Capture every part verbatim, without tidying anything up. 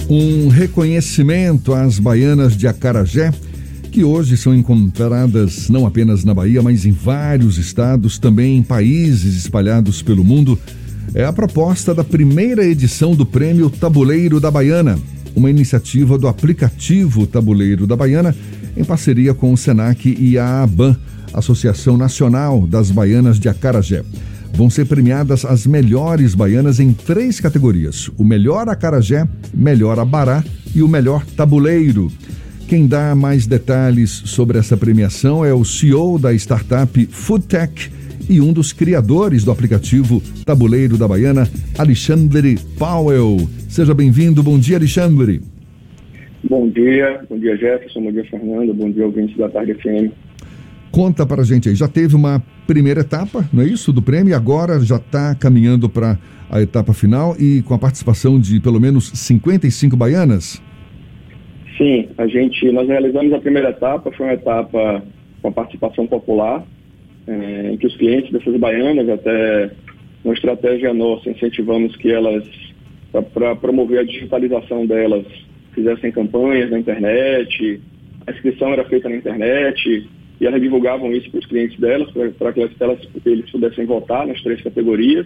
Um reconhecimento às baianas de acarajé, que hoje são encontradas não apenas na Bahia, mas em vários estados, também em países espalhados pelo mundo. É a proposta da primeira edição do Prêmio Tabuleiro da Baiana, uma iniciativa do aplicativo Tabuleiro da Baiana, em parceria com o SENAC e a ABAN, Associação Nacional das Baianas de Acarajé. Vão ser premiadas as melhores baianas em três categorias: o melhor acarajé, melhor abará e o melhor tabuleiro. Quem dá mais detalhes sobre essa premiação é o C E O da startup Foodtech e um dos criadores do aplicativo Tabuleiro da Baiana, Alexandre Powell. Seja bem-vindo. Bom dia, Alexandre. Bom dia. Bom dia, Jefferson. Bom dia, Fernando. Bom dia, ouvintes da Tarde F M. Conta pra gente aí. Já teve uma primeira etapa, não é isso, do prêmio, e agora já está caminhando para a etapa final e com a participação de pelo menos cinquenta e cinco baianas? Sim, a gente, nós realizamos a primeira etapa, foi uma etapa com a participação popular, é, em que os clientes dessas baianas, até uma estratégia nossa, incentivamos que elas, para promover a digitalização delas, fizessem campanhas na internet, a inscrição era feita na internet, e elas divulgavam isso para os clientes delas, para que elas, eles pudessem votar nas três categorias.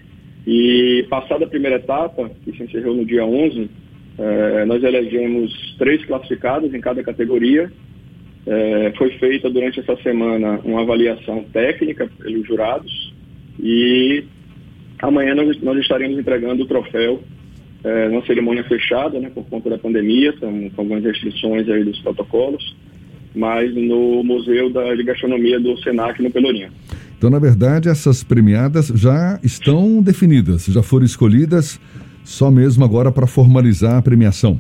E passada a primeira etapa, que se encerrou no dia onze, eh, nós elegemos três classificados em cada categoria. Eh, foi feita durante essa semana uma avaliação técnica pelos jurados e amanhã nós, nós estaremos entregando o troféu eh, numa cerimônia fechada, né, por conta da pandemia, com, com algumas restrições aí dos protocolos, mas no Museu da, de Gastronomia do SENAC, no Pelourinho. Então, na verdade, essas premiadas já estão definidas, já foram escolhidas, só mesmo agora para formalizar a premiação.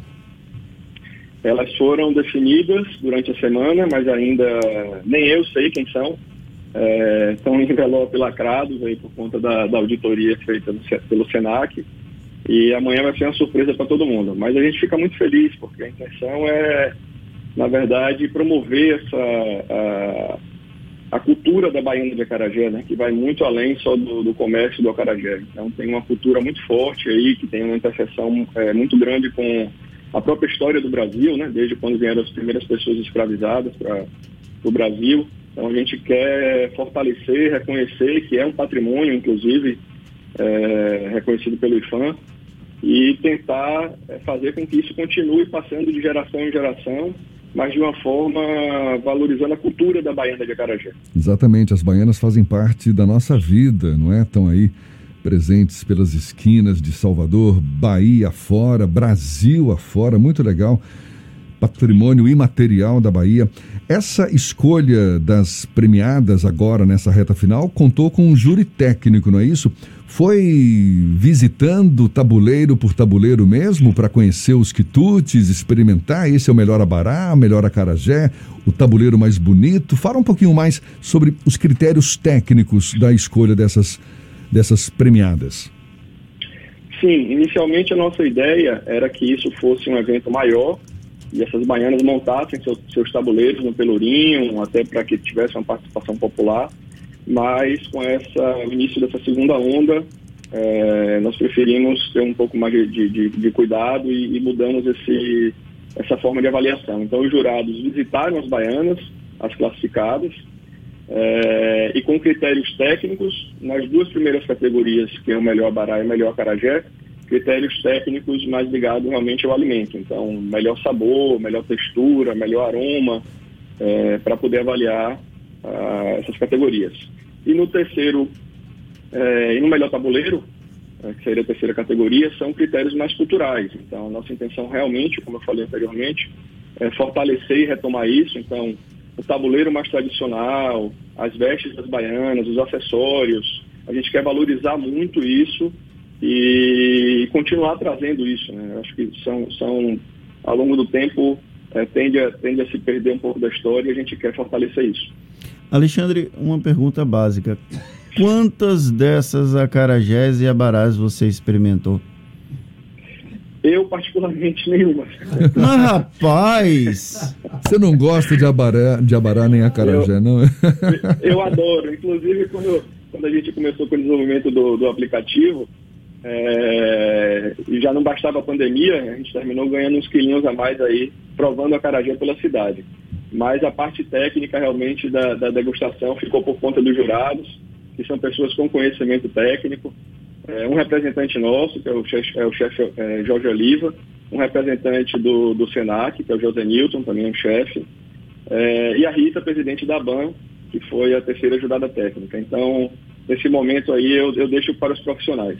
Elas foram definidas durante a semana, mas ainda nem eu sei quem são. É, estão em envelope lacrados aí por conta da, da auditoria feita no, pelo SENAC. E amanhã vai ser uma surpresa para todo mundo. Mas a gente fica muito feliz, porque a intenção é, na verdade, promover essa, a, a cultura da baiana de acarajé, né, que vai muito além só do, do comércio do acarajé. Então tem uma cultura muito forte aí, que tem uma interseção é, muito grande com a própria história do Brasil, né, desde quando vieram as primeiras pessoas escravizadas para o Brasil. Então a gente quer fortalecer, reconhecer que é um patrimônio, inclusive, é, reconhecido pelo IFAM, e tentar é, fazer com que isso continue passando de geração em geração, mas de uma forma valorizando a cultura da baiana de acarajé. Exatamente, as baianas fazem parte da nossa vida, não é? Estão aí presentes pelas esquinas de Salvador, Bahia afora, Brasil afora, muito legal, patrimônio imaterial da Bahia. Essa escolha das premiadas agora nessa reta final contou com um júri técnico, não é isso? Foi visitando tabuleiro por tabuleiro mesmo para conhecer os quitutes, experimentar, esse é o melhor abará, o melhor acarajé, o tabuleiro mais bonito. Fala um pouquinho mais sobre os critérios técnicos da escolha dessas, dessas premiadas. Sim, inicialmente a nossa ideia era que isso fosse um evento maior e essas baianas montassem seus, seus tabuleiros no Pelourinho, até para que tivesse uma participação popular. Mas com essa, o início dessa segunda onda, é, nós preferimos ter um pouco mais de, de, de cuidado e, e mudamos esse, essa forma de avaliação. Então os jurados visitaram as baianas, as classificadas, é, e com critérios técnicos, nas duas primeiras categorias, que é o melhor abará e o melhor acarajé, critérios técnicos mais ligados realmente ao alimento. Então, melhor sabor, melhor textura, melhor aroma, é, para poder avaliar Uh, essas categorias. E no terceiro, é, e no melhor tabuleiro, é, que seria a terceira categoria, são critérios mais culturais. Então, a nossa intenção realmente, como eu falei anteriormente, é fortalecer e retomar isso. Então, o tabuleiro mais tradicional, as vestes das baianas, os acessórios, a gente quer valorizar muito isso e continuar trazendo isso, né? Eu acho que são, são, ao longo do tempo, é, tende, a, tende a se perder um pouco da história e a gente quer fortalecer isso. Alexandre, uma pergunta básica. Quantas dessas acarajés e abarás você experimentou? Eu, particularmente, nenhuma. Mas, rapaz! Você não gosta de abará, de abará nem acarajé, eu, não? Eu adoro. Inclusive, quando, quando a gente começou com o desenvolvimento do, do aplicativo, É, e já não bastava a pandemia, a gente terminou ganhando uns quilinhos a mais aí, provando a acarajé pela cidade. Mas a parte técnica realmente da, da degustação ficou por conta dos jurados, que são pessoas com conhecimento técnico. É, um representante nosso, que é o chefe, é o chefe é, Jorge Oliva, um representante do, do Senac, que é o José Newton, também é um chefe, é, e a Rita, presidente da B A N, que foi a terceira jurada técnica. Então, nesse momento aí, eu, eu deixo para os profissionais.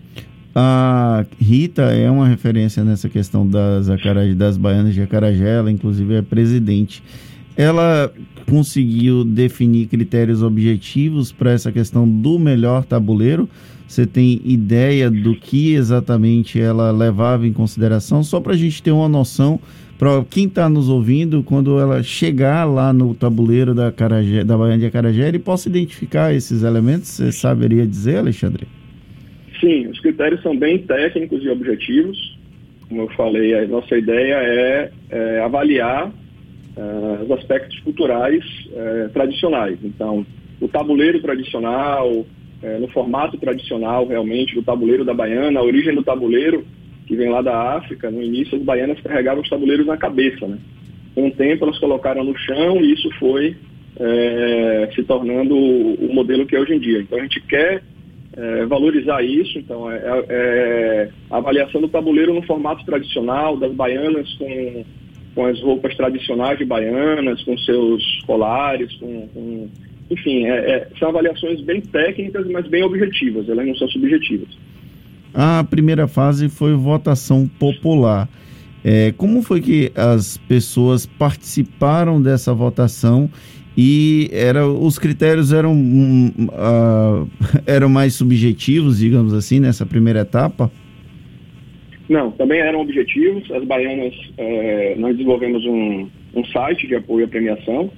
A Rita é uma referência nessa questão das, acarajé, das baianas de acarajé, ela inclusive é presidente. Ela conseguiu definir critérios objetivos para essa questão do melhor tabuleiro? Você tem ideia do que exatamente ela levava em consideração? Só para a gente ter uma noção, para quem está nos ouvindo, quando ela chegar lá no tabuleiro da, acarajé, da baiana de acarajé, ele possa identificar esses elementos? Você saberia dizer, Alexandre? Sim, os critérios são bem técnicos e objetivos. Como eu falei, a nossa ideia é, é avaliar uh, os aspectos culturais uh, tradicionais. Então, o tabuleiro tradicional, uh, no formato tradicional realmente do tabuleiro da baiana, a origem do tabuleiro, que vem lá da África, no início as baianas carregavam os tabuleiros na cabeça, né? Com o tempo elas colocaram no chão e isso foi uh, se tornando o, o modelo que é hoje em dia. Então, a gente quer É, valorizar isso. Então, é, é a avaliação do tabuleiro no formato tradicional, das baianas com, com as roupas tradicionais de baianas, com seus colares, com, com, enfim, é, é, são avaliações bem técnicas, mas bem objetivas, elas não são subjetivas. A primeira fase foi votação popular. É, como foi que as pessoas participaram dessa votação? E era, os critérios eram, um, uh, eram mais subjetivos, digamos assim, nessa primeira etapa? Não, também eram objetivos. As baianas, é, nós desenvolvemos um, um site de apoio à premiação,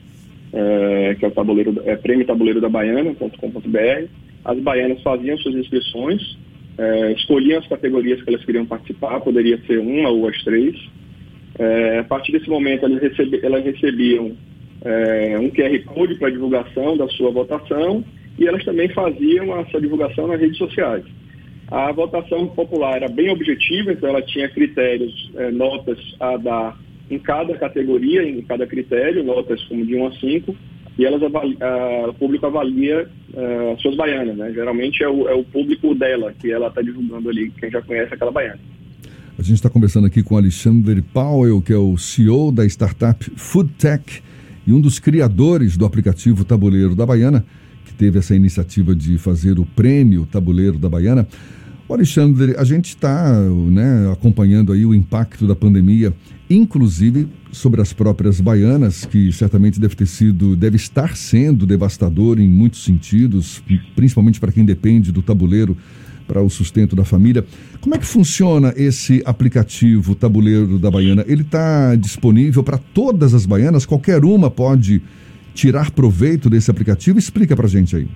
é, que é o tabuleiro, é, prêmio tabuleiro da baiana ponto com ponto b r. As baianas faziam suas inscrições, é, escolhiam as categorias que elas queriam participar, poderia ser uma ou as três. É, a partir desse momento, elas, recebe, elas recebiam É, um Q R Code para divulgação da sua votação e elas também faziam essa divulgação nas redes sociais. A votação popular era bem objetiva, então ela tinha critérios, é, notas a dar em cada categoria, em cada critério, notas como de um a cinco, e elas avali, a, o público avalia a, as suas baianas, né? Geralmente é o, é o público dela, que ela está divulgando ali, quem já conhece aquela baiana. A gente está conversando aqui com Alexandre Powell, que é o C E O da startup Foodtech, e um dos criadores do aplicativo Tabuleiro da Baiana, que teve essa iniciativa de fazer o prêmio Tabuleiro da Baiana. O Alexandre, a gente está, né, acompanhando aí o impacto da pandemia, inclusive sobre as próprias baianas, que certamente deve ter sido, deve estar sendo devastador em muitos sentidos, principalmente para quem depende do tabuleiro para o sustento da família. Como é que funciona esse aplicativo Tabuleiro da Baiana? Ele está disponível para todas as baianas? Qualquer uma pode tirar proveito desse aplicativo? Explica para a gente aí.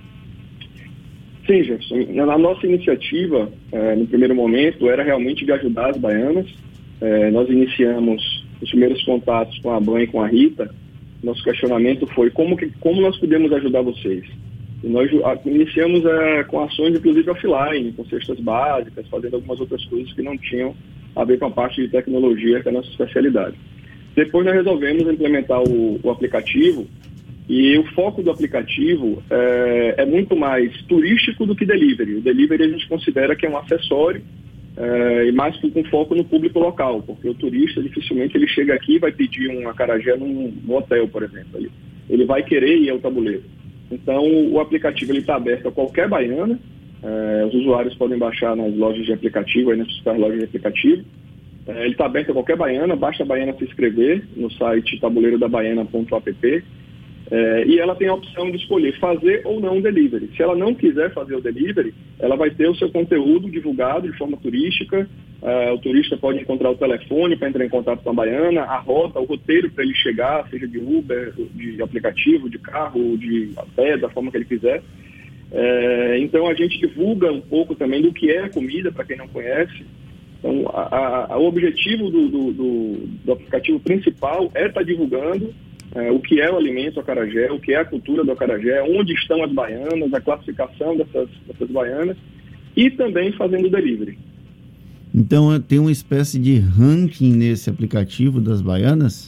Sim, Jefferson. Na nossa iniciativa, eh, no primeiro momento, era realmente de ajudar as baianas. Eh, nós iniciamos os primeiros contatos com a B A N e com a Rita. Nosso questionamento foi como, que, como nós podemos ajudar vocês? E nós iniciamos é, com ações, inclusive, offline, com cestas básicas, fazendo algumas outras coisas que não tinham a ver com a parte de tecnologia, que é a nossa especialidade. Depois nós resolvemos implementar o, o aplicativo, e o foco do aplicativo é, é muito mais turístico do que delivery. O delivery a gente considera que é um acessório, é, e mais com foco no público local, porque o turista dificilmente ele chega aqui e vai pedir um acarajé num, num hotel, por exemplo. Ele, ele vai querer ir ao tabuleiro. Então, o aplicativo está aberto a qualquer baiana. É, os usuários podem baixar nas lojas de aplicativo, aí nas principais lojas de aplicativo. É, ele está aberto a qualquer baiana, basta a baiana se inscrever no site tabuleiro da baiana ponto app. É, e ela tem a opção de escolher fazer ou não o delivery. Se ela não quiser fazer o delivery, ela vai ter o seu conteúdo divulgado de forma turística. É, o turista pode encontrar o telefone para entrar em contato com a baiana, a rota, o roteiro para ele chegar, seja de Uber, de aplicativo, de carro, de a pé, da forma que ele quiser. É, então a gente divulga um pouco também do que é a comida, para quem não conhece. Então, a, a, o objetivo do, do, do, do aplicativo principal é estar tá divulgando É, o que é o alimento acarajé, o que é a cultura do acarajé, onde estão as baianas, a classificação dessas, dessas baianas, e também fazendo delivery. Então tem uma espécie de ranking nesse aplicativo das baianas?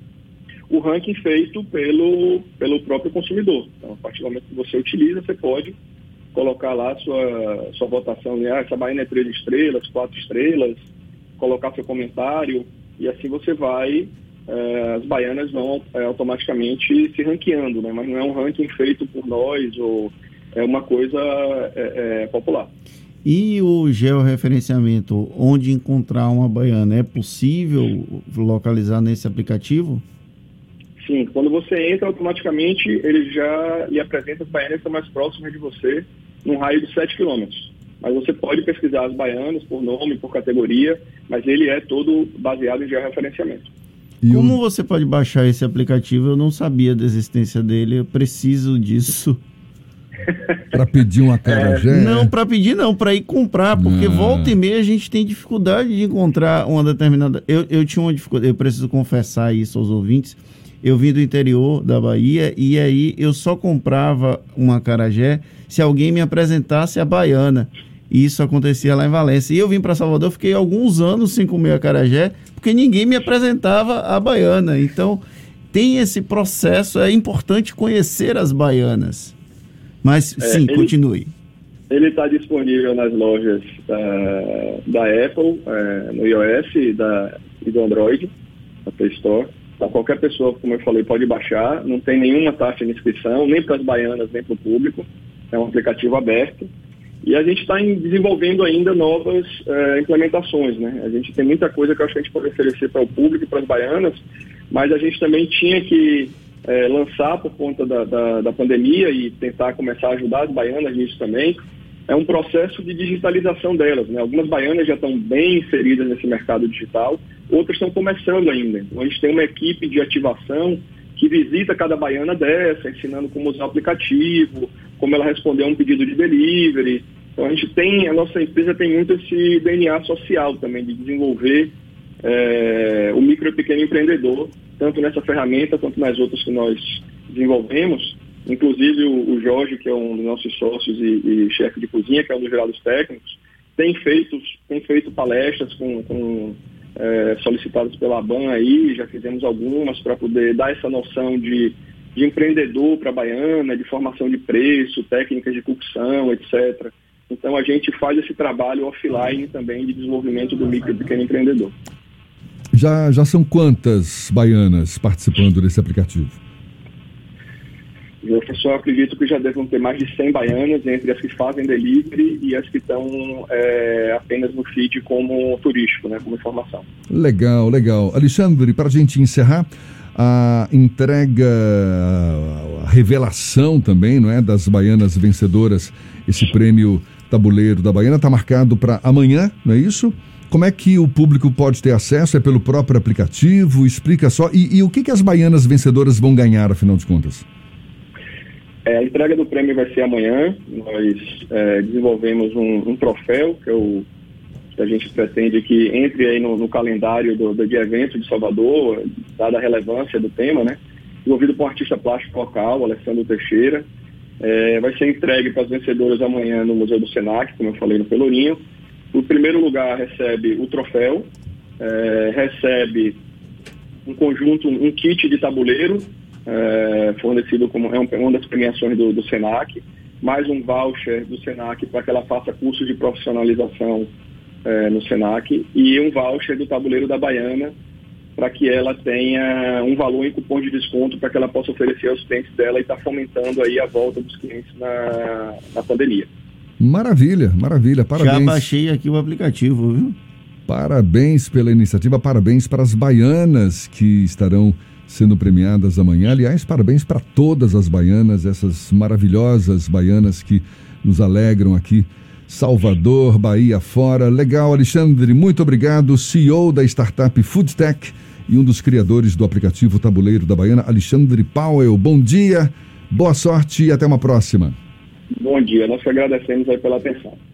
O ranking feito pelo, pelo próprio consumidor. Então, a partir do momento que você utiliza, você pode colocar lá sua, sua votação, né? Ah, essa baiana é três estrelas, quatro estrelas, colocar seu comentário, e assim você vai, eh, as baianas vão eh, automaticamente se ranqueando, né? Mas não é um ranking feito por nós, ou é uma coisa eh, eh, popular. E o georreferenciamento, onde encontrar uma baiana, é possível localizar nesse aplicativo? Sim, quando você entra, automaticamente ele já lhe apresenta as baianas que estão mais próximas de você, num raio de sete quilômetros. Mas você pode pesquisar as baianas por nome, por categoria, mas ele é todo baseado em georreferenciamento. E Como o... você pode baixar esse aplicativo? Eu não sabia da existência dele, eu preciso disso. Para pedir uma acarajé? É, não, para pedir não, para ir comprar, porque ah. volta e meia a gente tem dificuldade de encontrar uma determinada... Eu, eu tinha uma dificuldade, eu preciso confessar isso aos ouvintes. Eu vim do interior da Bahia e aí eu só comprava uma acarajé se alguém me apresentasse a baiana. E isso acontecia lá em Valência. E eu vim para Salvador, fiquei alguns anos sem comer acarajé, porque ninguém me apresentava a baiana. Então, tem esse processo, é importante conhecer as baianas. Mas, é, sim, ele, continue. Ele está disponível nas lojas uh, da Apple, uh, no iOS e, da, e do Android, na Play Store. Então, qualquer pessoa, como eu falei, pode baixar. Não tem nenhuma taxa de inscrição, nem para as baianas, nem para o público. É um aplicativo aberto. E a gente está desenvolvendo ainda novas uh, implementações, né? A gente tem muita coisa que eu acho que a gente pode oferecer para o público e para as baianas, mas a gente também tinha que uh, lançar, por conta da, da, da pandemia, e tentar começar a ajudar as baianas nisso também, é um processo de digitalização delas, né? Algumas baianas já estão bem inseridas nesse mercado digital, outras estão começando ainda. Então a gente tem uma equipe de ativação que visita cada baiana dessa, ensinando como usar o aplicativo, como ela responder a um pedido de delivery. Então a gente tem, a nossa empresa tem muito esse D N A social também, de desenvolver é, o micro e pequeno empreendedor, tanto nessa ferramenta quanto nas outras que nós desenvolvemos. Inclusive o, o Jorge, que é um dos nossos sócios e, e chefe de cozinha, que é um dos gerados técnicos, tem feito, tem feito palestras com, com é, solicitadas pela ABAN aí, já fizemos algumas para poder dar essa noção de, de empreendedor para a baiana, de formação de preço, técnicas de cocção, etcétera. Então a gente faz esse trabalho offline também de desenvolvimento do micro e pequeno empreendedor. Já, já são quantas baianas participando desse aplicativo? Eu só acredito que já devam ter mais de cem baianas, entre as que fazem delivery e as que estão é, apenas no feed como turístico, né, como informação. Legal, legal. Alexandre, para a gente encerrar, a entrega, a revelação também, não é, das baianas vencedoras, esse prêmio Tabuleiro da Baiana está marcado para amanhã, não é isso? Como é que o público pode ter acesso? É pelo próprio aplicativo? Explica só. E, e o que, que as baianas vencedoras vão ganhar, afinal de contas? É, a entrega do prêmio vai ser amanhã. Nós é, desenvolvemos um, um troféu que, é o, que a gente pretende que entre aí no, no calendário do, do, de evento de Salvador, dada a relevância do tema, né? Desenvolvido por um artista plástico local, Alessandro Teixeira. É, vai ser entregue para as vencedoras amanhã no Museu do Senac, como eu falei, no Pelourinho. O primeiro lugar recebe o troféu, é, recebe um conjunto, um kit de tabuleiro, é, fornecido como é uma das premiações do, do Senac, mais um voucher do Senac para que ela faça cursos de profissionalização é, no Senac, e um voucher do Tabuleiro da Baiana para que ela tenha um valor em cupom de desconto para que ela possa oferecer aos clientes dela e estar tá fomentando aí a volta dos clientes na, na pandemia. Maravilha, maravilha, parabéns. Já baixei aqui o aplicativo, viu? Parabéns pela iniciativa, parabéns para as baianas que estarão sendo premiadas amanhã. Aliás, parabéns para todas as baianas, essas maravilhosas baianas que nos alegram aqui. Salvador, Bahia fora. Legal, Alexandre, muito obrigado. C E O da startup Foodtech e um dos criadores do aplicativo Tabuleiro da Baiana, Alexandre Powell. Bom dia, boa sorte e até uma próxima. Bom dia, nós que agradecemos aí pela atenção.